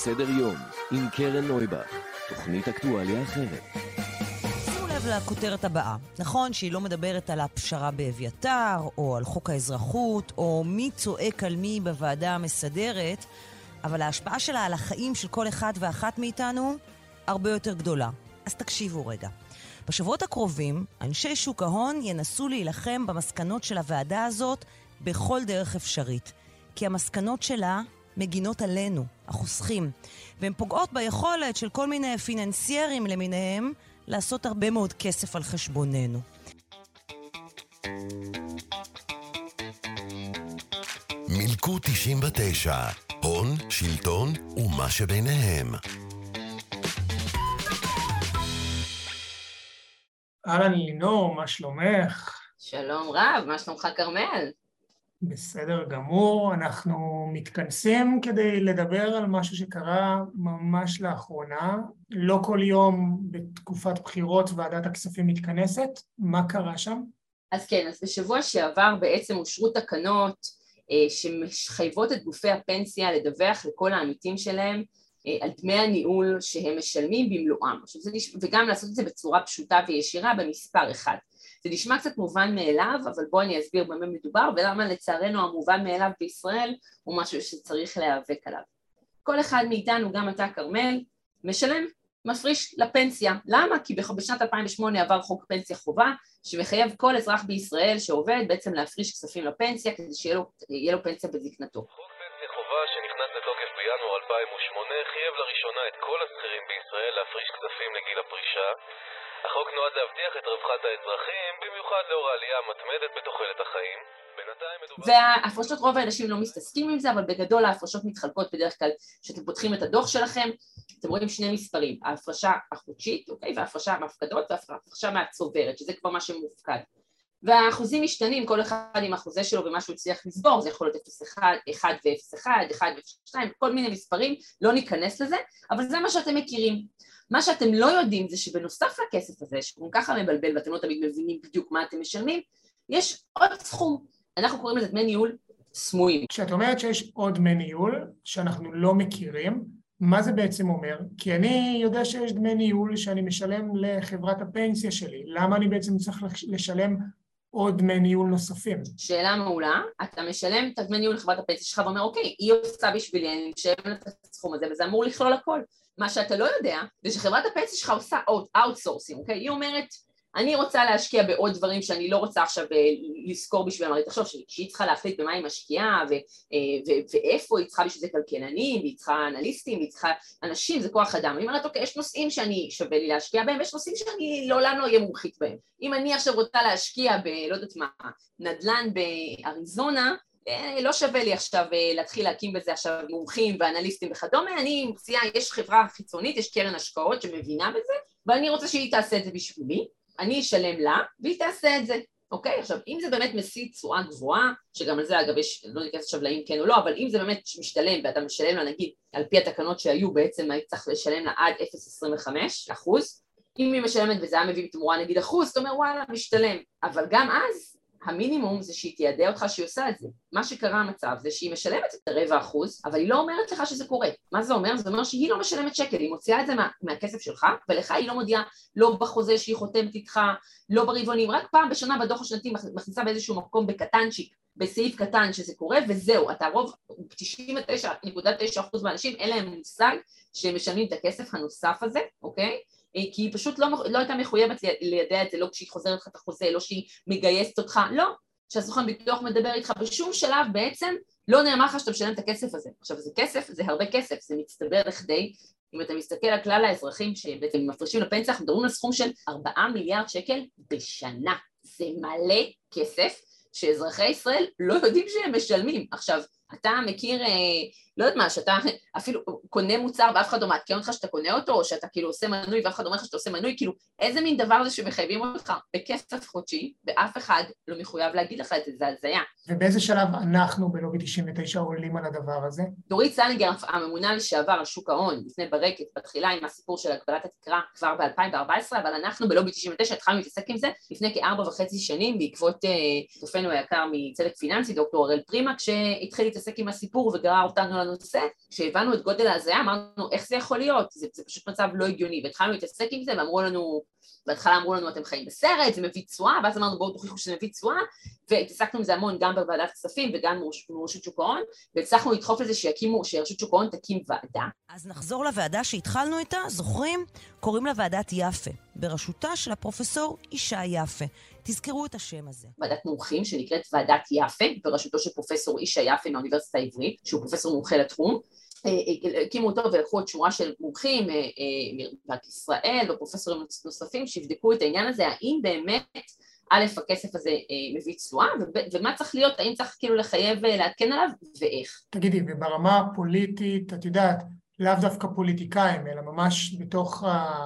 סדר יום עם קרן נויבך, תוכנית אקטואליה אחרת. שימו לב לכותרת הבאה. נכון שהיא לא מדברת על הפשרה באביתר, או על חוק האזרחות, או מי צועק על מי בוועדה המסדרת, אבל ההשפעה שלה על החיים של כל אחד ואחת מאיתנו הרבה יותר גדולה. אז תקשיבו רגע. בשבועות הקרובים, אנשי שוק ההון ינסו להילחם במסקנות של הוועדה הזאת בכל דרך אפשרית. כי המסקנות שלה מגינות עלינו, החוסכים. והן פוגעות ביכולת של כל מיני פיננסיירים למיניהם לעשות הרבה מאוד כסף על חשבוננו. מילקו 99, הון, שלטון ומה שביניהם. אהלן לינור, מה שלומך? שלום רב, מה שלומך כרמל? בסדר גמור, אנחנו מתכנסים כדי לדבר על משהו שקרה ממש לאחרונה. לא כל יום בתקופת בחירות ועדת הכספים מתכנסת. מה קרה שם? אז כן, אז בשבוע שעבר בעצם אושרו תקנות שמחייבות את גופי הפנסיה לדווח לכל העמיתים שלהם על דמי הניהול שהם משלמים במלואם. וגם לעשות את זה בצורה פשוטה וישירה במספר אחד. זה נשמע קצת מובן מאליו, אבל בואו אני אסביר במה מדובר, ולמה לצערנו המובן מאליו בישראל הוא משהו שצריך להיאבק עליו. כל אחד מאיתנו, גם אתה כרמל, מפריש לפנסיה. למה? כי בשנת 2008 עבר חוק פנסיה חובה, שמחייב כל אזרח בישראל שעובד בעצם להפריש כספים לפנסיה, כדי שיהיה לו פנסיה בזקנתו. חוק פנסיה חובה שנכנס לתוקף בינואר 2008, חייב לראשונה את כל השכירים בישראל להפריש כספים לגיל הפרישה. החוק נועד להבטיח את רווחת האזרחים, במיוחד לאור העלייה המתמדת בתוחלת החיים. וההפרשות, רוב האנשים לא מסתסקים עם זה, אבל בגדול ההפרשות מתחלקות בדרך כלל, שאתם פותחים את הדוח שלכם, אתם רואים שני מספרים, ההפרשה החודשית, אוקיי, וההפרשה מהפקדות, וההפרשה מהצוברת, שזה כבר מה שמופקד. והאחוזים משתנים, כל אחד עם החוזה שלו ומה שהוא הצליח לסבור, זה יכול להיות 0.1, 1 ו-0.1, 1 ו-2, כל מיני מספרים, לא ניכנס לזה, אבל זה מה שאתם מכירים. מה שאתם לא יודעים זה שבנוסף לכסף הזה, שכל ככה מבלבל ואתם לא תמיד מבינים בדיוק מה אתם משלמים, יש עוד סכום. אנחנו קוראים לזה דמי ניהול סמויים. כשאת אומרת שיש עוד דמי ניהול שאנחנו לא מכירים, מה זה בעצם אומר? כי אני יודע שיש דמי ניהול שאני משלם לחברת הפנסיה שלי. למה אני בעצם צריך לשלם עוד דמי ניהול נוספים? שאלה מעולה, אתה משלם את דמי ניהול לחברת הפנסיה שלך ואומר, אוקיי, היא עושה בשבילי, אני משלם את הסכום הזה, וזה אמור לכלול הכל. מה שאתה לא יודע, זה שחברת הפנסיה שלך עושה outsourcing, אוקיי? היא אומרת, אני רוצה להשקיע בעוד דברים שאני לא רוצה עכשיו לזכור בשביל הרי תחשוב שהיא צריכה להחליט במה היא משקיעה ואיפה היא צריכה בשביל זה כלכלנים, והיא צריכה אנליסטים, והיא צריכה אנשים, זה כוח אדם. היא אומרת, אוקיי, יש נושאים שאני שווה לי להשקיע בהם, ויש נושאים שאני לעולם לא אהיה מומחית בהם. אם אני עכשיו רוצה להשקיע לא יודעת מה, נדל"ן באריזונה, לא שווה לי עכשיו להתחיל להקים בזה עכשיו מומחים ואנליסטים וכדומה, אני מציעה, יש חברה חיצונית, יש קרן השקעות שמבינה בזה, ואני רוצה שהיא תעשה את זה בשבילי, אני אשלם לה, והיא תעשה את זה, אוקיי? עכשיו, אם זה באמת משיא תשואה גבוהה, שגם על זה אגב יש, לא ניכנס עכשיו לאם כן או לא, אבל אם זה באמת משתלם, ואתה משלם לה נגיד, על פי התקנות שהיו בעצם, היית צריך לשלם לה עד 0.25%, אם היא משלמת וזה היה מביא בתמורה נגיד 1%, זאת אומרת וואלה, משתלם, אבל גם אז, המינימום זה שהיא תיידע אותך שהיא עושה את זה. מה שקרה המצב זה שהיא משלמת את 0.25%, אבל היא לא אומרת לך שזה קורה. מה זה אומר? זה אומר שהיא לא משלמת שקל, היא מוציאה את זה מהכסף שלך, ולך היא לא מודיעה, לא בחוזה שהיא חותמת איתך, לא ברבעונים, רק פעם בשנה בדוח השנתי מכניסה באיזשהו מקום בקטנצ'יק, בסעיף קטן שזה קורה, וזהו, אתה רוב 99.9% מהאנשים, אין להם מושג שהם משלמים את הכסף הנוסף הזה, אוקיי? כי היא פשוט לא הייתה מחויבת לידע את זה, לא כשהיא חוזרת לך את החוזה, לא שהיא מגייסת אותך, לא, שהסוכן ביטוח מדבר איתך בשום שלב בעצם, לא נאמר לך שאתה משלם את הכסף הזה. עכשיו זה כסף, זה הרבה כסף, זה מצטבר לכדי, אם אתה מסתכל על כלל האזרחים שבעצם מפרישים לפנסיה, אנחנו מדברים על סכום של 4 מיליארד שקל בשנה, זה מלא כסף שאזרחי ישראל לא יודעים שהם משלמים. עכשיו, אתה מכיר, לא יודעת מה, שאתה אפילו קונה מוצר ואף אחד לא מעדכן אותך שאתה קונה אותו, או שאתה כאילו עושה מנוי ואף אחד אומר לך שאתה עושה מנוי, כאילו איזה מין דבר זה שמחייבים אותך בכסף חודשי, ואף אחד לא מחויב להגיד לך את זה, זה הזיה. ובאיזה שלב אנחנו בלובי 99 עולים על הדבר הזה? דורית סלינגר, הממונה לשעבר על שוק ההון, לפני ברקת, בתחילה עם הסיפור של הגבלת התקרה כבר ב-2014, אבל אנחנו בלובי 99 התחלנו להתעסק עם זה לפני כ4.5 שנים, בעקבות שותפנו היקר מצדק פיננסי, דוקטור אראל פרימק, שהתחיל להתעסק עם הסיפור וגרר אותנו לנושא, כשהבנו את גודל ההזיה, אמרנו, איך זה יכול להיות? זה פשוט מצב לא הגיוני, והתחלנו להתעסק עם זה, ואמרו לנו, בהתחלה אמרו לנו, אתם חיים בסרט, זה מביא תשואה, ואז אמרנו, בואו תוכיחו שזה מביא תשואה, והתעסקנו עם זה המון גם בוועדת כספים וגם מרשות שוק ההון, והצלחנו לדחוף לזה שרשות שוק ההון תקים ועדה. אז נחזור לוועדה שהתחלנו איתה, זוכרים? קוראים לה ועדת יפה, בראשותה של הפרופסור ישי יפה. תזכרו את השם הזה. ועדת מומחים שנקראת ועדת יפה, בראשותו של פרופסור ישי יפה מהאוניברסיטה העברית, שהוא פרופסור מומחה לתחום, הקימו אותו ולקחו את שורה של מומחים מבנק ישראל ופרופסורים נוספים שיבדקו את העניין הזה, האם באמת א' הכסף הזה מביא תשואה, ומה צריך להיות, האם צריך כאילו לחייב לעדכן עליו ואיך. תגידי, וברמה הפוליטית, את יודעת, לאו דווקא פוליטיקאים, אלא ממש בתוך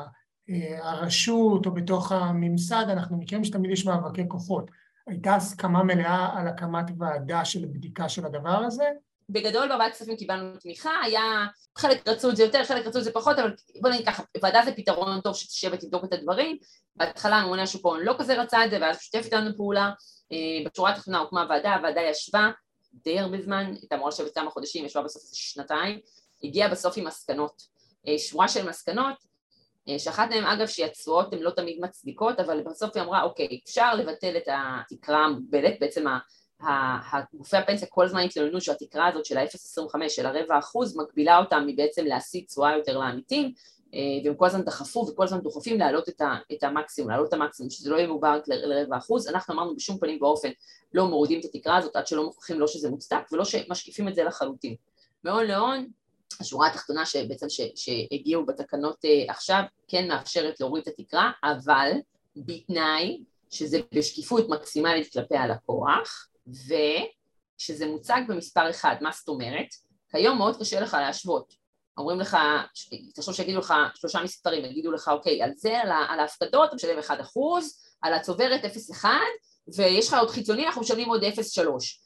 הרשות או בתוך הממסד, אנחנו מכירים שתמיד יש מאבקי כוחות. הייתה הסכמה מלאה על הקמת ועדה של בדיקה של הדבר הזה? בגדול בוועדת כספים קיבלנו תמיכה, היה חלק רצו את זה יותר, חלק רצו את זה פחות, אבל בוא נגיד ככה, ועדה זה פתרון טוב שתשב ותבדוק את הדברים, בהתחלה הממונה שוק ההון לא כזה רצה את זה, ואז שותף איתנו פעולה, בשורה התחתונה הוקמה ועדה, הוועדה ישבה די הרבה זמן, הייתה אמורה לשבת כמה חודשים, ישבה בסוף איזה שנתיים, הגיעה בסוף עם מסקנות, שורה של מסקנות, שאחת מהם אגב שהתשואות הן לא תמיד מצדיקות, אבל בסוף היא אמרה, אוקיי, אפשר לבטל את התקרה המוגבלת, בעצם גופי הפנסיה כל הזמן התלוננו שהתקרה הזאת של ה-0.25 של 0.25% מקבילה אותם מבעצם להשיג תשואה יותר לעמיתים, והם כל הזמן דחפו וכל הזמן דוחפים להעלות את המקסימום, שזה לא יהיה מוגבר ל0.25%, אנחנו אמרנו בשום פנים באופן לא מורידים את התקרה הזאת עד שלא מוכיחים לא שזה מוצדק ולא שמשקיפים את זה לחלוטין. מהון להון, השורה התחתונה שבעצם שהגיעו בתקנות עכשיו כן מאפשרת להוריד את התקרה, אבל בתנאי שזה בשקיפות מקסימלית כלפי הלקוח, ושזה מוצג במספר אחד. מה זאת אומרת? כיום מאוד קשה לך להשוות. אומרים לך, תחשוב שיגידו לך 3 מספרים, יגידו לך, אוקיי, על זה, על ההפקדות, אתה משלם 1%, על הצוברת 0.1, ויש לך עוד חיצוני, אנחנו משלמים עוד 0.3.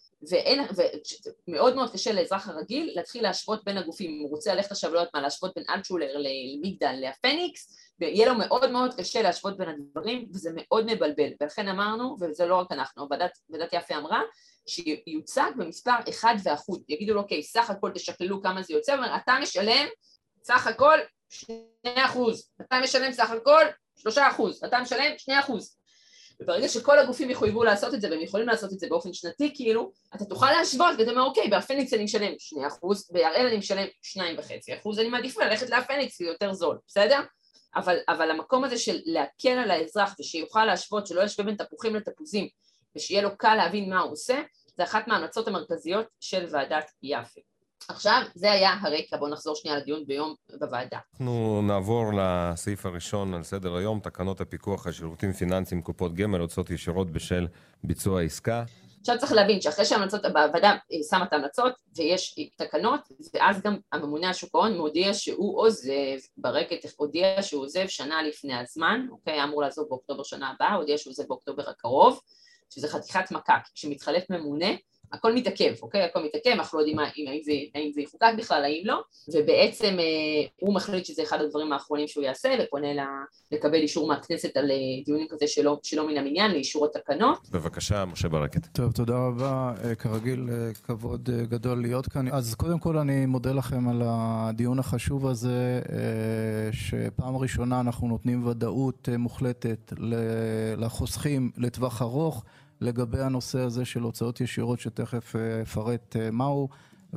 ומאוד מאוד קשה לאזרח הרגיל להתחיל להשוות בין הגופים. אם הוא רוצה ללכת עכשיו לא יודעת מה, להשוות בין אלטשולר למגדל להפניקס, ויהיה לו מאוד מאוד קשה להשוות בין הדברים, וזה מאוד מבלבל. ולכן אמרנו, וזה לא רק אנחנו, ועדת יפה אמרה, שיוצג במספר 1 ואחוד. יגידו לו, אוקיי, סך הכל תשקללו כמה זה יוצא, ואומר, אתה משלם סך הכל 2%, אתה משלם סך הכל 3%, אתה משלם 2%. וברגע שכל הגופים יחויבו לעשות את זה, והם יכולים לעשות את זה באופן שנתי, כאילו, אתה תוכל להשוות, כי אתה אומר, אוקיי, בהפניקס אני משלם 2%, בהראל אני משלם 2.5%, אני מעדיף ללכת להפניקס, כי זה יותר זול, בסדר? אבל המקום הזה של להקל על האזרח, ושיוכל להשוות, שלא ישווה בין תפוחים לתפוזים, ושיהיה לו קל להבין מה הוא עושה, זה אחת מההמלצות המרכזיות של ועדת יפה. עכשיו, זה היה הרקע, בואו נחזור שנייה לדיון ביום בוועדה. אנחנו נעבור לסעיף הראשון על סדר היום, תקנות הפיקוח על שירותים פיננסיים, קופות גמל, הוצאות ישירות בשל ביצוע עסקה. עכשיו צריך להבין שאחרי שהוועדה שמה את ההמלצות ויש תקנות, ואז גם הממונה על שוק ההון מודיע שהוא עוזב, ברקת הודיע שהוא עוזב שנה לפני הזמן, אוקיי, אמור לעזוב באוקטובר שנה הבאה, הודיע שהוא עוזב באוקטובר הקרוב, שזה חתיכת מכה, כשמתחלף ממונה, הכל מתעכב, אוקיי? הכל מתעכב, אנחנו לא יודעים האם זה יחוקק בכלל, האם לא, ובעצם הוא מחליט שזה אחד הדברים האחרונים שהוא יעשה, ופונה לקבל אישור מהכנסת על דיונים כזה שלא מן המניין, לאישור התקנות. בבקשה, משה ברקת. טוב, תודה רבה. כרגיל, כבוד גדול להיות כאן. אז קודם כל אני מודה לכם על הדיון החשוב הזה, שפעם ראשונה אנחנו נותנים ודאות מוחלטת לחוסכים לטווח ארוך, לגבי הנושא הזה של הוצאות ישירות שתכף אפרט מהו,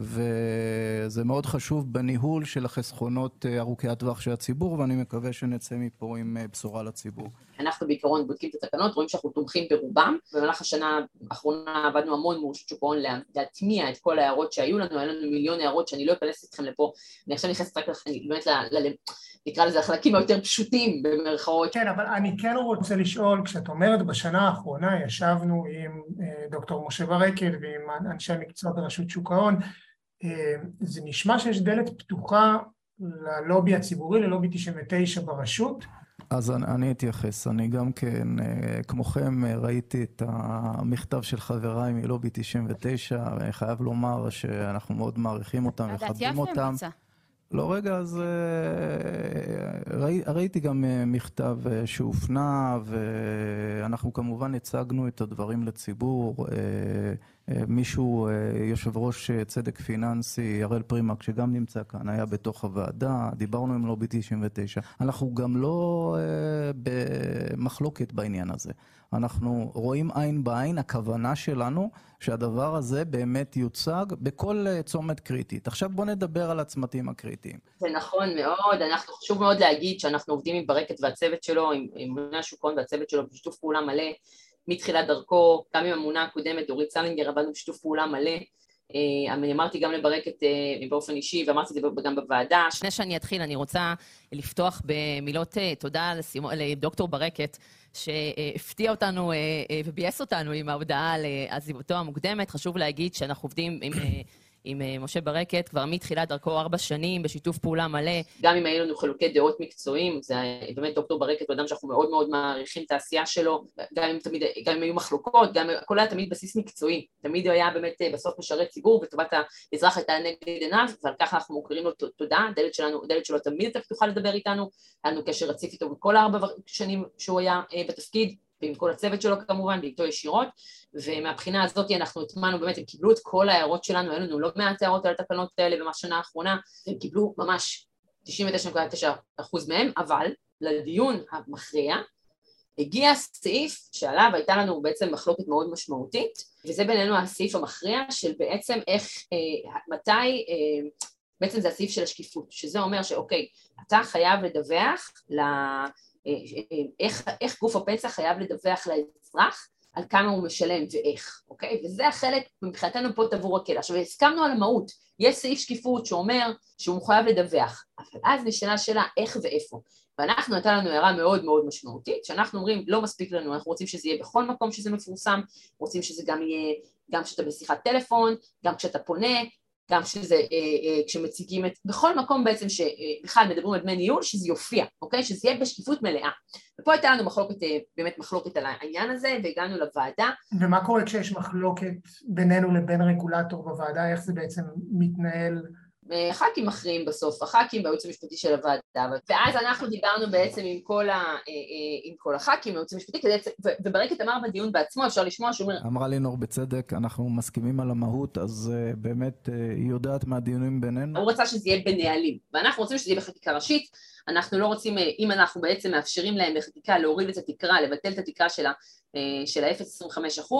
וזה מאוד חשוב בניהול של החסכונות ארוכי הטווח של הציבור, ואני מקווה שנצא מפה עם בשורה לציבור. אנחנו בעיקרון בודקים את התקנות, רואים שאנחנו תומכים ברובם, במהלך השנה האחרונה עבדנו המון מול שוק ההון להטמיע את כל ההערות שהיו לנו, היה לנו מיליון הערות שאני לא אכנס אתכם לפה, אני עכשיו נכנסת רק באמת נקרא לזה החלקים היותר פשוטים במרכאות. כן, אבל אני כן רוצה לשאול, כשאת אומרת בשנה האחרונה ישבנו עם דוקטור משה ברקת ועם אנשי המקצוע ברשות שוק ההון, זה נשמע שיש דלת פתוחה ללובי הציבורי, ללובי 99 ברשות? אז אני אתייחס, אני גם כן, כמוכם, ראיתי את המכתב של חבריי מלובי 99, ואני חייב לומר שאנחנו מאוד מעריכים אותם וחדים אותם. לא רגע, אז ראיתי גם מכתב שהופנה, ואנחנו כמובן הצגנו את הדברים לציבור, מישהו, יושב ראש צדק פיננסי, ירל פרימק, שגם נמצא כאן, היה בתוך הוועדה, דיברנו עם לובי 99. אנחנו גם לא במחלוקת בעניין הזה. אנחנו רואים עין בעין, הכוונה שלנו שהדבר הזה באמת יוצג בכל צומת קריטית. עכשיו בוא נדבר על הצמתים הקריטיים. זה נכון מאוד, אנחנו חשוב מאוד להגיד שאנחנו עובדים עם ברקת והצוות שלו, עם ממונה שוק ההון והצוות שלו בשיתוף פעולה מלא, מתחילת דרכו, גם עם הממונה הקודמת, דורית סלינגר, עבדנו בשיתוף פעולה מלא. אני אמרתי גם לברקת באופן אישי, ואמרתי את זה גם בוועדה. לפני שאני אתחיל, אני רוצה לפתוח במילות תודה לדוקטור ברקת, שהפתיע אותנו ובייס אותנו עם ההודעה על עזיבתו המוקדמת. חשוב להגיד שאנחנו עובדים עם משה ברקת כבר מתחילת דרכו 4 שנים בשיתוף פעולה מלא. גם אם היו לנו חילוקי דעות מקצועיים, זה באמת דוקטור ברקת הוא אדם שאנחנו מאוד מאוד מעריכים את העשייה שלו, גם אם היו מחלוקות, גם הכל היה תמיד בסיס מקצועי, תמיד הוא היה באמת בסוף משרת ציבור, וטובת האזרח הייתה נגד עיניו, ועל כך אנחנו מוכרים לו תודה, הדלת שלו תמיד הייתה פתוחה לדבר איתנו, היה לנו קשר רציף איתו בכל 4 שנים שהוא היה בתפקיד, ועם כל הצוות שלו כמובן, ואיתו ישירות, ומהבחינה הזאת אנחנו התמנו, באמת הם קיבלו את כל ההערות שלנו, היו לנו לא מעט הערות על התקנות האלה בשנה האחרונה, הם קיבלו ממש 99.9% מהם, אבל לדיון המכריע הגיע סעיף שעליו הייתה לנו בעצם מחלוקת מאוד משמעותית, וזה בינינו הסעיף המכריע של בעצם מתי, בעצם זה הסעיף של השקיפות, שזה אומר שאוקיי, אתה חייב לדווח איך גוף הפנסיה חייב לדווח לאזרח על כמה הוא משלם ואיך, אוקיי? וזה החלק מבחינתנו פה תבור הקלע. עכשיו, הסכמנו על המהות, יש סעיף שקיפות שאומר שהוא מחויב לדווח, אבל אז נשאלה שאלה איך ואיפה. ואנחנו נתן לנו הערה מאוד מאוד משמעותית, שאנחנו אומרים לא מספיק לנו, אנחנו רוצים שזה יהיה בכל מקום שזה מפורסם, רוצים שזה גם יהיה, גם כשאתה בשיחת טלפון, גם כשאתה פונה, גם כשמציגים את, בכל מקום בעצם שבכלל מדברים על דמי ניהול, שזה יופיע, אוקיי? שזה יהיה בשקיפות מלאה. ופה הייתה לנו מחלוקת, באמת מחלוקת על העניין הזה, והגענו לוועדה. ומה קורה כשיש מחלוקת בינינו לבין רגולטור בוועדה? איך זה בעצם מתנהל? ח"כים מכריעים בסוף, הח"כים בייעוץ המשפטי של הוועדה, ואז אנחנו דיברנו בעצם עם כל הח"כים, בייעוץ המשפטי, וברקת אמר בדיון בעצמו, אפשר לשמוע שהוא אומר... אמרה לינור בצדק, אנחנו מסכימים על המהות, אז באמת היא יודעת מהדיונים בינינו. הוא רצה שזה יהיה בנהלים, ואנחנו רוצים שזה יהיה בחקיקה ראשית, אנחנו לא רוצים, אם אנחנו בעצם מאפשרים להם בחקיקה להוריד את התקרה, לבטל את התקרה של ה-0.25%,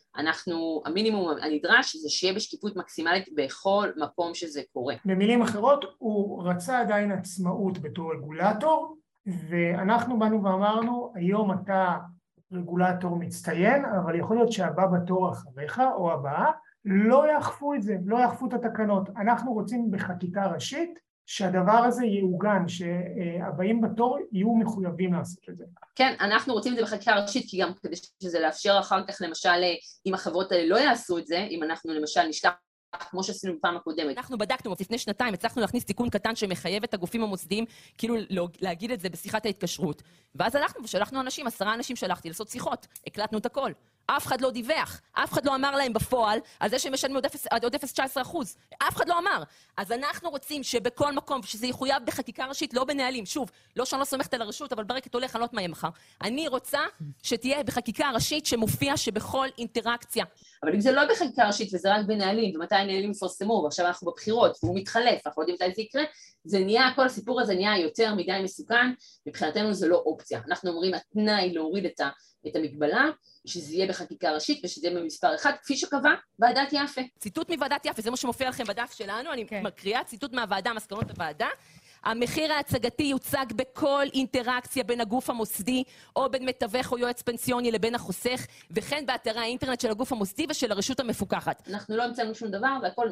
המינימום הנדרש זה שיהיה בשקיפות מקסימלית בכל מקום שזה קורה. במילים אחרות, הוא רצה עדיין עצמאות בתור רגולטור, ואנחנו באנו ואמרנו, היום אתה רגולטור מצטיין, אבל יכול להיות שהבא בתור אחריך או הבאה, לא יאכפו את זה, לא יאכפו את התקנות. אנחנו רוצים בחקיקה ראשית, שהדבר הזה יעוגן, שהבאים בתור יהיו מחויבים לעשות את זה. כן, אנחנו רוצים את זה בחקיקה ראשית, כי גם כדי שזה לאפשר אחר כך, למשל, אם החברות האלה לא יעשו את זה, אם אנחנו למשל נשכח, כמו שעשינו בפעם הקודמת. אנחנו בדקנו, לפני 2 הצלחנו להכניס תיקון קטן שמחייב את הגופים המוסדיים, כאילו להגיד את זה בשיחת ההתקשרות. ואז הלכנו ושלחנו אנשים, 10 אנשים שלחתי לעשות שיחות, הקלטנו את הכל. אף אחד לא דיווח, אף אחד לא אמר להם בפועל על זה שהם משלמים עוד 0.19%. אף אחד לא אמר. אז אנחנו רוצים שבכל מקום, שזה יחויב בחקיקה ראשית, לא בנהלים. שוב, לא שאני לא סומכת על הרשות, אבל ברקת הולך, אני לא יודעת מה יהיה מחר. אני רוצה שתהיה בחקיקה ראשית שמופיע שבכל אינטראקציה. אבל אם זה לא בחקיקה ראשית וזה רק בנהלים, ומתי הנהלים יפרסמו, ועכשיו אנחנו בבחירות, והוא מתחלף, אנחנו לא יודעים מתי זה יקרה, זה נהיה, כל הסיפור הזה נהיה יותר מדי מסוכן, מבחינתנו זה לא אופציה. אנחנו אומרים, התנאי להוריד את המגבלה, שזה יהיה בחקיקה ראשית ושזה יהיה במספר 1, כפי שקבע ועדת יפה. ציטוט מוועדת יפה, זה מה שמופיע לכם בדף שלנו, אני מקריאה ציטוט מהוועדה, מסקנות הוועדה. המחיר ההצגתי יוצג בכל אינטראקציה בין הגוף המוסדי או בין מתווך או יועץ פנסיוני לבין החוסך, וכן באתרי האינטרנט של הגוף המוסדי ושל הרשות המפוקחת. אנחנו לא המצאנו שום דבר והכל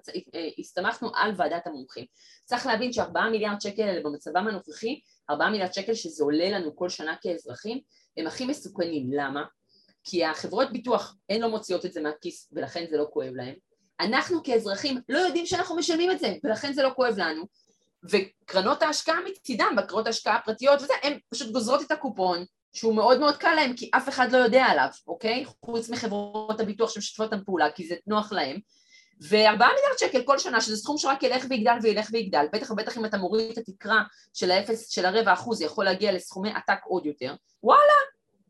הסתמכנו על ועדת המומחים. צריך להבין ש4 מיליארד שקל האלה במצבם הנוכחי, 4 מיליארד שקל שזה עולה לנו כל שנה כאזרחים, הם הכי מסוכנים. למה? כי החברות ביטוח הן לא מוציאות את זה מהכיס ולכן זה לא כואב להם. אנחנו כאזרחים לא יודעים שאנחנו משלמים את זה ולכן זה לא כואב לנו. וקרנות ההשקעה מצדם, בקרנות ההשקעה הפרטיות וזה, הן פשוט גוזרות את הקופון, שהוא מאוד מאוד קל להם, כי אף אחד לא יודע עליו, אוקיי? חוץ מחברות הביטוח שמשתפות אותם פעולה, כי זה נוח להם. ו4 מיליארד שקל כל שנה, שזה סכום שרק ילך ויגדל וילך ויגדל, בטח ובטח אם אתה מוריד את התקרה של 0.25%, זה יכול להגיע לסכומי עתק עוד יותר. וואלה,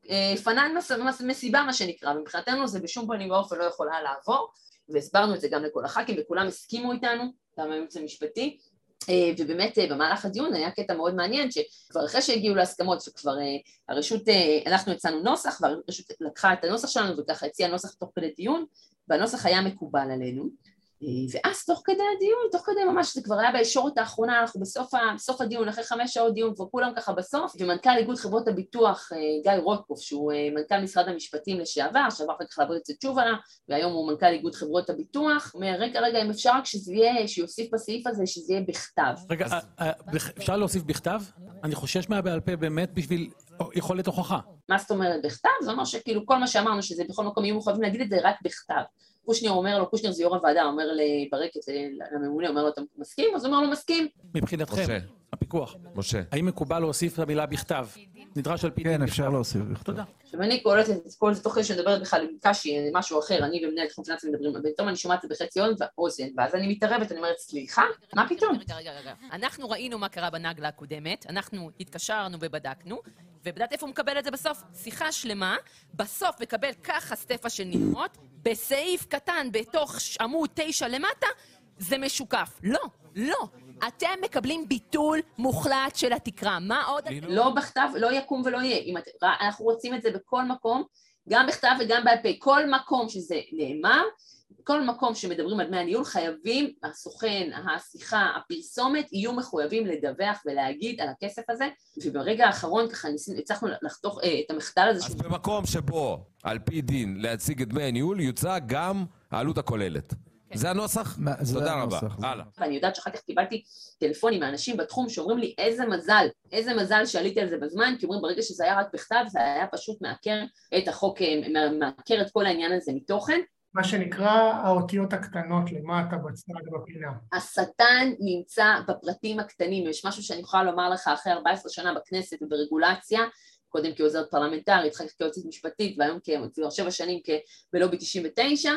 פנן מסיבה מה שנקרא, ומבחינתנו זה בשום פנים ואופן לא יכולה לעבור, והסברנו את זה גם לכל הח"כים, וכולם הסכימו איתנו, גם הייעוץ המשפטי, ובאמת במהלך הדיון היה קטע מאוד מעניין, שכבר אחרי שהגיעו להסכמות, וכבר הרשות, אנחנו הצענו נוסח, והרשות לקחה את הנוסח שלנו, וככה הציעה נוסח תוך כדי דיון, והנוסח היה מקובל עלינו, ואז תוך כדי הדיון, תוך כדי ממש, זה כבר היה בישורת האחרונה, אנחנו בסוף הדיון, אחרי 5 שעות דיון, כבר כולם ככה בסוף, ומנכ"ל איגוד חברות הביטוח, גיא רוטקוף, שהוא מנכ"ל משרד המשפטים לשעבר, שעבר אחר כך לעבוד אצל תשובלה, והיום הוא מנכ"ל איגוד חברות הביטוח, אומר, רגע, אם אפשר כשזה יהיה, שיוסיף בסעיף הזה, שזה יהיה בכתב. רגע, אפשר להוסיף בכתב? אני חושש מהבעל פה באמת בשביל יכולת הוכחה. מה זאת אומרת בכתב? זה אומר שכאילו כל מה שאמרנו, שזה בכל מקום יהיו מחויבים להגיד את זה רק בכתב. קושניר אומר לו, קושניר זה יו"ר הוועדה, אומר לברקת, לממונה, אומר לו, אתה מסכים? אז הוא אומר לו, מסכים. מבחינתכם, הפיקוח. משה. האם מקובל להוסיף את המילה בכתב? נדרש על פי דין. כן, אפשר להוסיף בכתב. תודה. עכשיו אני קוראת את כל זה תוך כדי שמדברת בכלל עם קשי, משהו אחר, אני ומנהל תחום פיננסי מדברים, ופתאום אני שומעת את זה בחצי אוזן, ואז אני מתערבת, אני אומרת, סליחה, מה פתאום? רגע. אנחנו ראינו מה קרה בנגלה הקודמת, אנחנו התקשרנו ובדקנו, ובדעת איפה הוא מקבל את זה בסוף? שיחה שלמה, בסוף מקבל ככה סטפה של ניירות, בסעיף קטן בתוך עמוד 9 למטה, זה משוקף. לא. אתם מקבלים ביטול מוחלט של התקרה. מה עוד? לא בכתב, לא יקום ולא יהיה. אנחנו רוצים את זה בכל מקום, גם בכתב וגם בעל פה. כל מקום שזה נאמר, כל מקום שמדברים על דמי הניהול, חייבים, הסוכן, השיחה, הפרסומת, יהיו מחויבים לדווח ולהגיד על הכסף הזה, וברגע האחרון ככה הצלחנו לחתוך את המחדל הזה. אז במקום שבו, על פי דין, להציג את דמי הניהול, יוצא גם העלות הכוללת. זה הנוסח? תודה רבה. הלאה. ואני יודעת שאחר כך קיבלתי טלפונים מאנשים בתחום שאומרים לי איזה מזל שעליתי על זה בזמן, כי אומרים ברגע שזה היה רק בכתב, זה היה פשוט מעקר את החוק, מעקר את כל העניין הזה מתוכן. מה שנקרא האותיות הקטנות למטה בצד בפינה. השטן נמצא בפרטים הקטנים, יש משהו שאני יכולה לומר לך אחרי 14 שנה בכנסת וברגולציה, קודם כעוזרת פרלמנטרית, אחר כך כעוזרת משפטית, והיום כבר 7 שנים בלובי 99,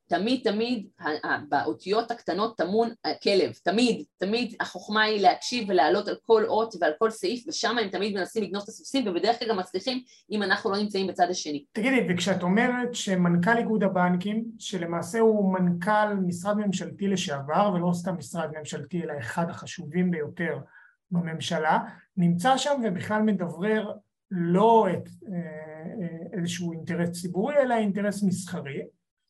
תמיד באותיות הקטנות טמון כלב, תמיד החוכמה היא להקשיב ולעלות על כל אות ועל כל סעיף, ושם הם תמיד מנסים לגנוב את הסוסים, ובדרך כלל גם מצליחים אם אנחנו לא נמצאים בצד השני. תגידי, וכשאת אומרת שמנכ"ל איגוד הבנקים, שלמעשה הוא מנכ"ל משרד ממשלתי לשעבר, ולא סתם משרד ממשלתי, אלא אחד החשובים ביותר בממשלה, נמצא שם ובכלל מדברר לא את איזשהו אינטרס ציבורי, אלא אינטרס מסחרי,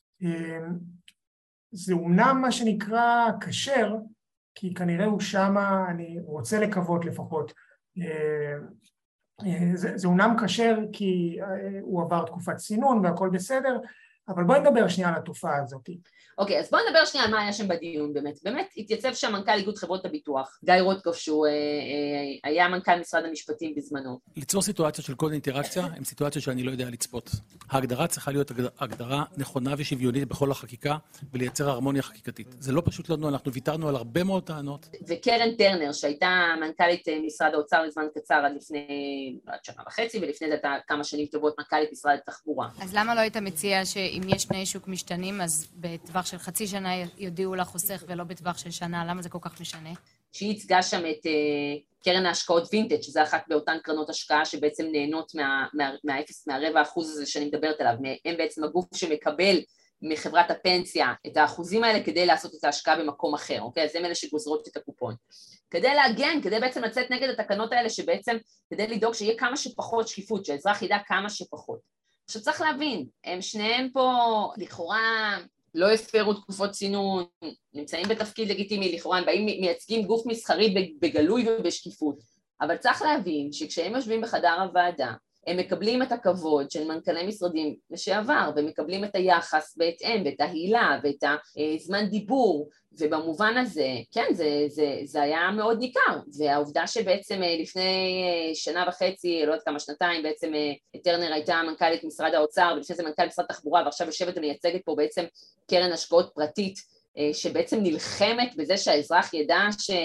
זה אומנם מה שנקרא כשר, כי כנראה הוא שמה, אני רוצה לקוות לפחות, זה אומנם כשר כי הוא עבר תקופת צינון והכל בסדר, אבל בואי נדבר שנייה על התופעה הזאת. אוקיי, אז בואי נדבר שנייה על מה היה שם בדיון באמת. באמת התייצב שם מנכ"ל איגוד חברות הביטוח, גיא רוטקוף, שהוא היה מנכ"ל משרד המשפטים בזמנו. ליצור סיטואציה של כל אינטראקציה, הם סיטואציה שאני לא יודע לצפות. ההגדרה צריכה להיות הגדרה נכונה ושוויונית בכל החקיקה, ולייצר הרמוניה חקיקתית. זה לא פשוט לנו, אנחנו ויתרנו על הרבה מאוד טענות. וקרן טרנר, שהייתה מנכ"לית משרד האוצר לזמן קצר עד לפני שנה וחצי, ולפני זה הייתה כמה שנים טובות מנכ"לית משרד התחבורה. אז למה לא היית מציע שאם יש תנאי שוק משתנים, אז בטווח של חצי שנה יודיעו לחוסך ולא בטווח של שנה? למה זה כל כך משנה? שהיא ייצגה שם את קרן ההשקעות וינטג', שזה אחת באותן קרנות השקעה שבעצם נהנות מהרבע אחוז הזה שאני מדברת עליו. הם בעצם הגוף שמקבל מחברת הפנסיה את האחוזים האלה כדי לעשות את ההשקעה במקום אחר, אוקיי? אז הם אלה שגוזרות את הקופון. כדי להגן, כדי בעצם לצאת נגד התקנות האלה שבעצם, כדי לדאוג שיהיה כמה שפחות שקיפות, שהאזרח ידע כמה שפחות. עכשיו צריך להבין, הם שניהם פה לכאורה לא הפרו תקופות צינון, נמצאים בתפקיד לגיטימי, לכאורה הם באים מייצגים גוף מסחרי בגלוי ובשקיפות, אבל צריך להבין שכשהם יושבים בחדר הוועדה, הם מקבלים את הכבוד של מנכ"לי משרדים לשעבר, ומקבלים את היחס בהתאם, ואת ההילה, ואת הזמן דיבור, ובמובן הזה, כן, זה היה מאוד ניכר, והעובדה שבעצם לפני שנה וחצי, לא יודעת כמה שנתיים, בעצם טרנר הייתה מנכ"לית משרד האוצר, ולפני זה מנכ"ל משרד התחבורה, ועכשיו יושבת ומייצגת פה בעצם קרן השקעות פרטית, שבעצם נלחמת בזה שהאזרח ידע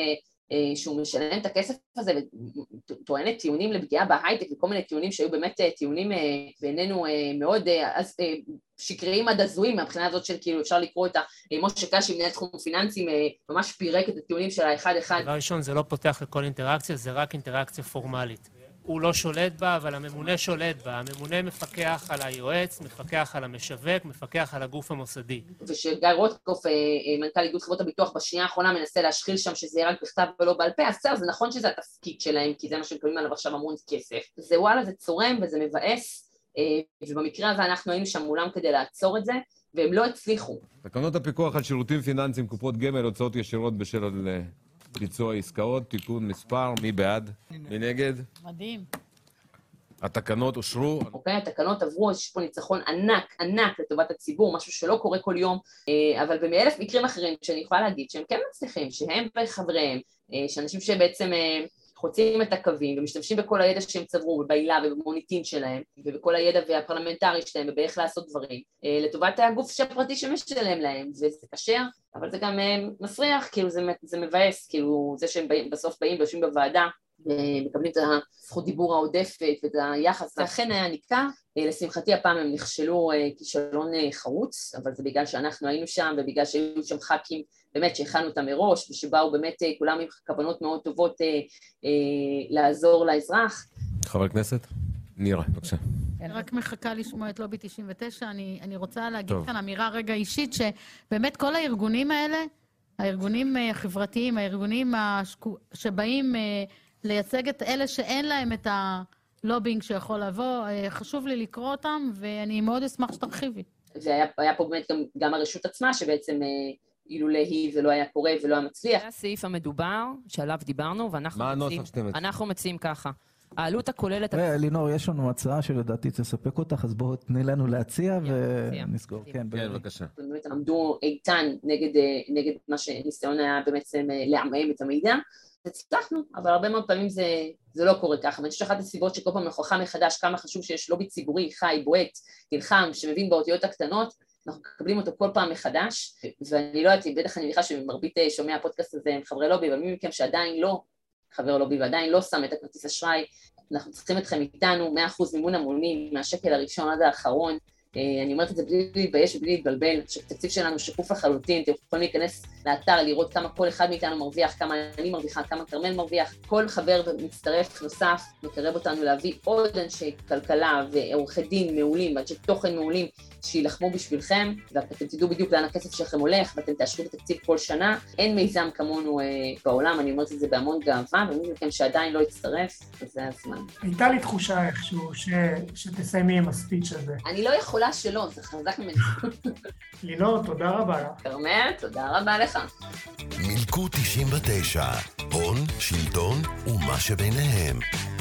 שהוא משלם את הכסף הזה וטוענת טיעונים לפגיעה בהייטק וכל מיני טיעונים שהיו באמת טיעונים בעינינו מאוד שקריים עד הזויים מהבחינה הזאת של כאילו אפשר לקרוא את משה קשי מנהל תחום פיננסים ממש פירק את הטיעונים של האחד אחד. דבר ראשון זה לא פותח לכל אינטראקציה, זה רק אינטראקציה פורמלית. הוא לא שולט בה, אבל הממונה שולט בה. הממונה מפקח על היועץ, מפקח על המשווק, מפקח על הגוף המוסדי. ושגיא רוטקופף, מנכ"ל איגוד חברות הביטוח, בשנייה האחרונה מנסה להשחיל שם שזה יהיה רק בכתב ולא בעל פה, אז זה נכון שזה התפקיד שלהם, כי זה מה שמקבלים עליו עכשיו המון כסף. זה וואלה, זה צורם וזה מבאס, ובמקרה הזה אנחנו היינו שם מולם כדי לעצור את זה, והם לא הצליחו. תקנות הפיקוח על שירותים פיננסיים, קופות גמל, הוצאות ישירות בשל ביצוע עסקאות, תיקון מספר, מי בעד? מי נגד? מדהים. התקנות אושרו. אוקיי, התקנות עברו, יש פה ניצחון ענק לטובת הציבור, משהו שלא קורה כל יום, אבל במאלף מקרים אחרים שאני יכולה להגיד שהם כן מצליחים, שהם וחבריהם, שאנשים שבעצם חוצים את הקווים ומשתמשים בכל הידע שהם צברו, ובעילה ובמוניטין שלהם, ובכל הידע והפרלמנטרי שלהם, ובאיך לעשות דברים, לטובת הגוף הפרטי שמשלם להם, וזה קשר, אבל זה גם מסריח, כאילו זה מבאס, כאילו זה שהם בסוף באים ויושבים בוועדה, ומקבלים את הזכות דיבור העודפת ואת היחס, זה אכן היה ניכר. לשמחתי הפעם הם נכשלו כישלון חרוץ, אבל זה בגלל שאנחנו היינו שם, ובגלל שהיו שם ח"כים באמת שהכנו אותם מראש, ושבאו באמת כולם עם כוונות מאוד טובות לעזור לאזרח. חבר הכנסת, נירה, בבקשה. רק מחכה לשמוע את לובי 99, אני רוצה להגיד כאן אמירה רגע אישית, שבאמת כל הארגונים האלה, הארגונים החברתיים, הארגונים שבאים לייצג את אלה שאין להם את הלובינג שיכול לבוא, חשוב לי לקרוא אותם, ואני מאוד אשמח שתרחיבי. והיה פה באמת גם הרשות עצמה, שבעצם אילולא היא זה לא היה קורה ולא היה מצליח. זה הסעיף המדובר שעליו דיברנו, ואנחנו מציעים ככה. העלות הכוללת... לינור, יש לנו הצעה שלדעתי תספק אותך, אז בואו תני לנו להציע ונסגור. כן, בבקשה. באמת עמדו איתן נגד מה שניסיון היה בעצם לעמעם את המידע. הצלחנו, אבל הרבה מאוד פעמים זה לא קורה ככה. ואני חושבת שאחת הסיבות שכל פעם מוכחה מחדש כמה חשוב שיש לובי ציבורי, חי, בועט, נלחם, שמבין באותיות הקטנות, אנחנו מקבלים אותו כל פעם מחדש, ואני לא יודעת, בטח אני מניחה שמרבית שומע הפודקאסט הזה עם חברי לובי, אבל מי מכם שעדיין לא חבר לובי ועדיין לא שם את הכרטיס אשראי, אנחנו צריכים אתכם איתנו, 100% מימון המונים, מהשקל הראשון עד האחרון. אני אומרת את זה בלי להתבייש ובלי להתבלבל, שהתקציב שלנו שקוף לחלוטין, אתם יכולים להיכנס לאתר, לראות כמה כל אחד מאיתנו מרוויח, כמה אני מרוויחה, כמה קרמל מרוויח, כל חבר ומצטרף נוסף מקרב אותנו להביא עוד אנשי כלכלה ועורכי דין מעולים, ואנשי תוכן מעולים שילחמו בשבילכם, ואתם תדעו בדיוק לאן הכסף שלכם הולך, ואתם תאשרו את התקציב כל שנה. אין מיזם כמונו בעולם, אני אומרת את זה בהמון גאווה, ומי מכם שעדיין לא יצטרף, וזה הזמן. הייתה לי תחושה איכשהו שתסיימי עם הספיץ' הזה. אני לא יכולה שלא, זה חזק ממני. לינור, תודה רבה לך. כרמל, תודה רבה לך. מילקו 99, הון, שלטון ומה שביניהם.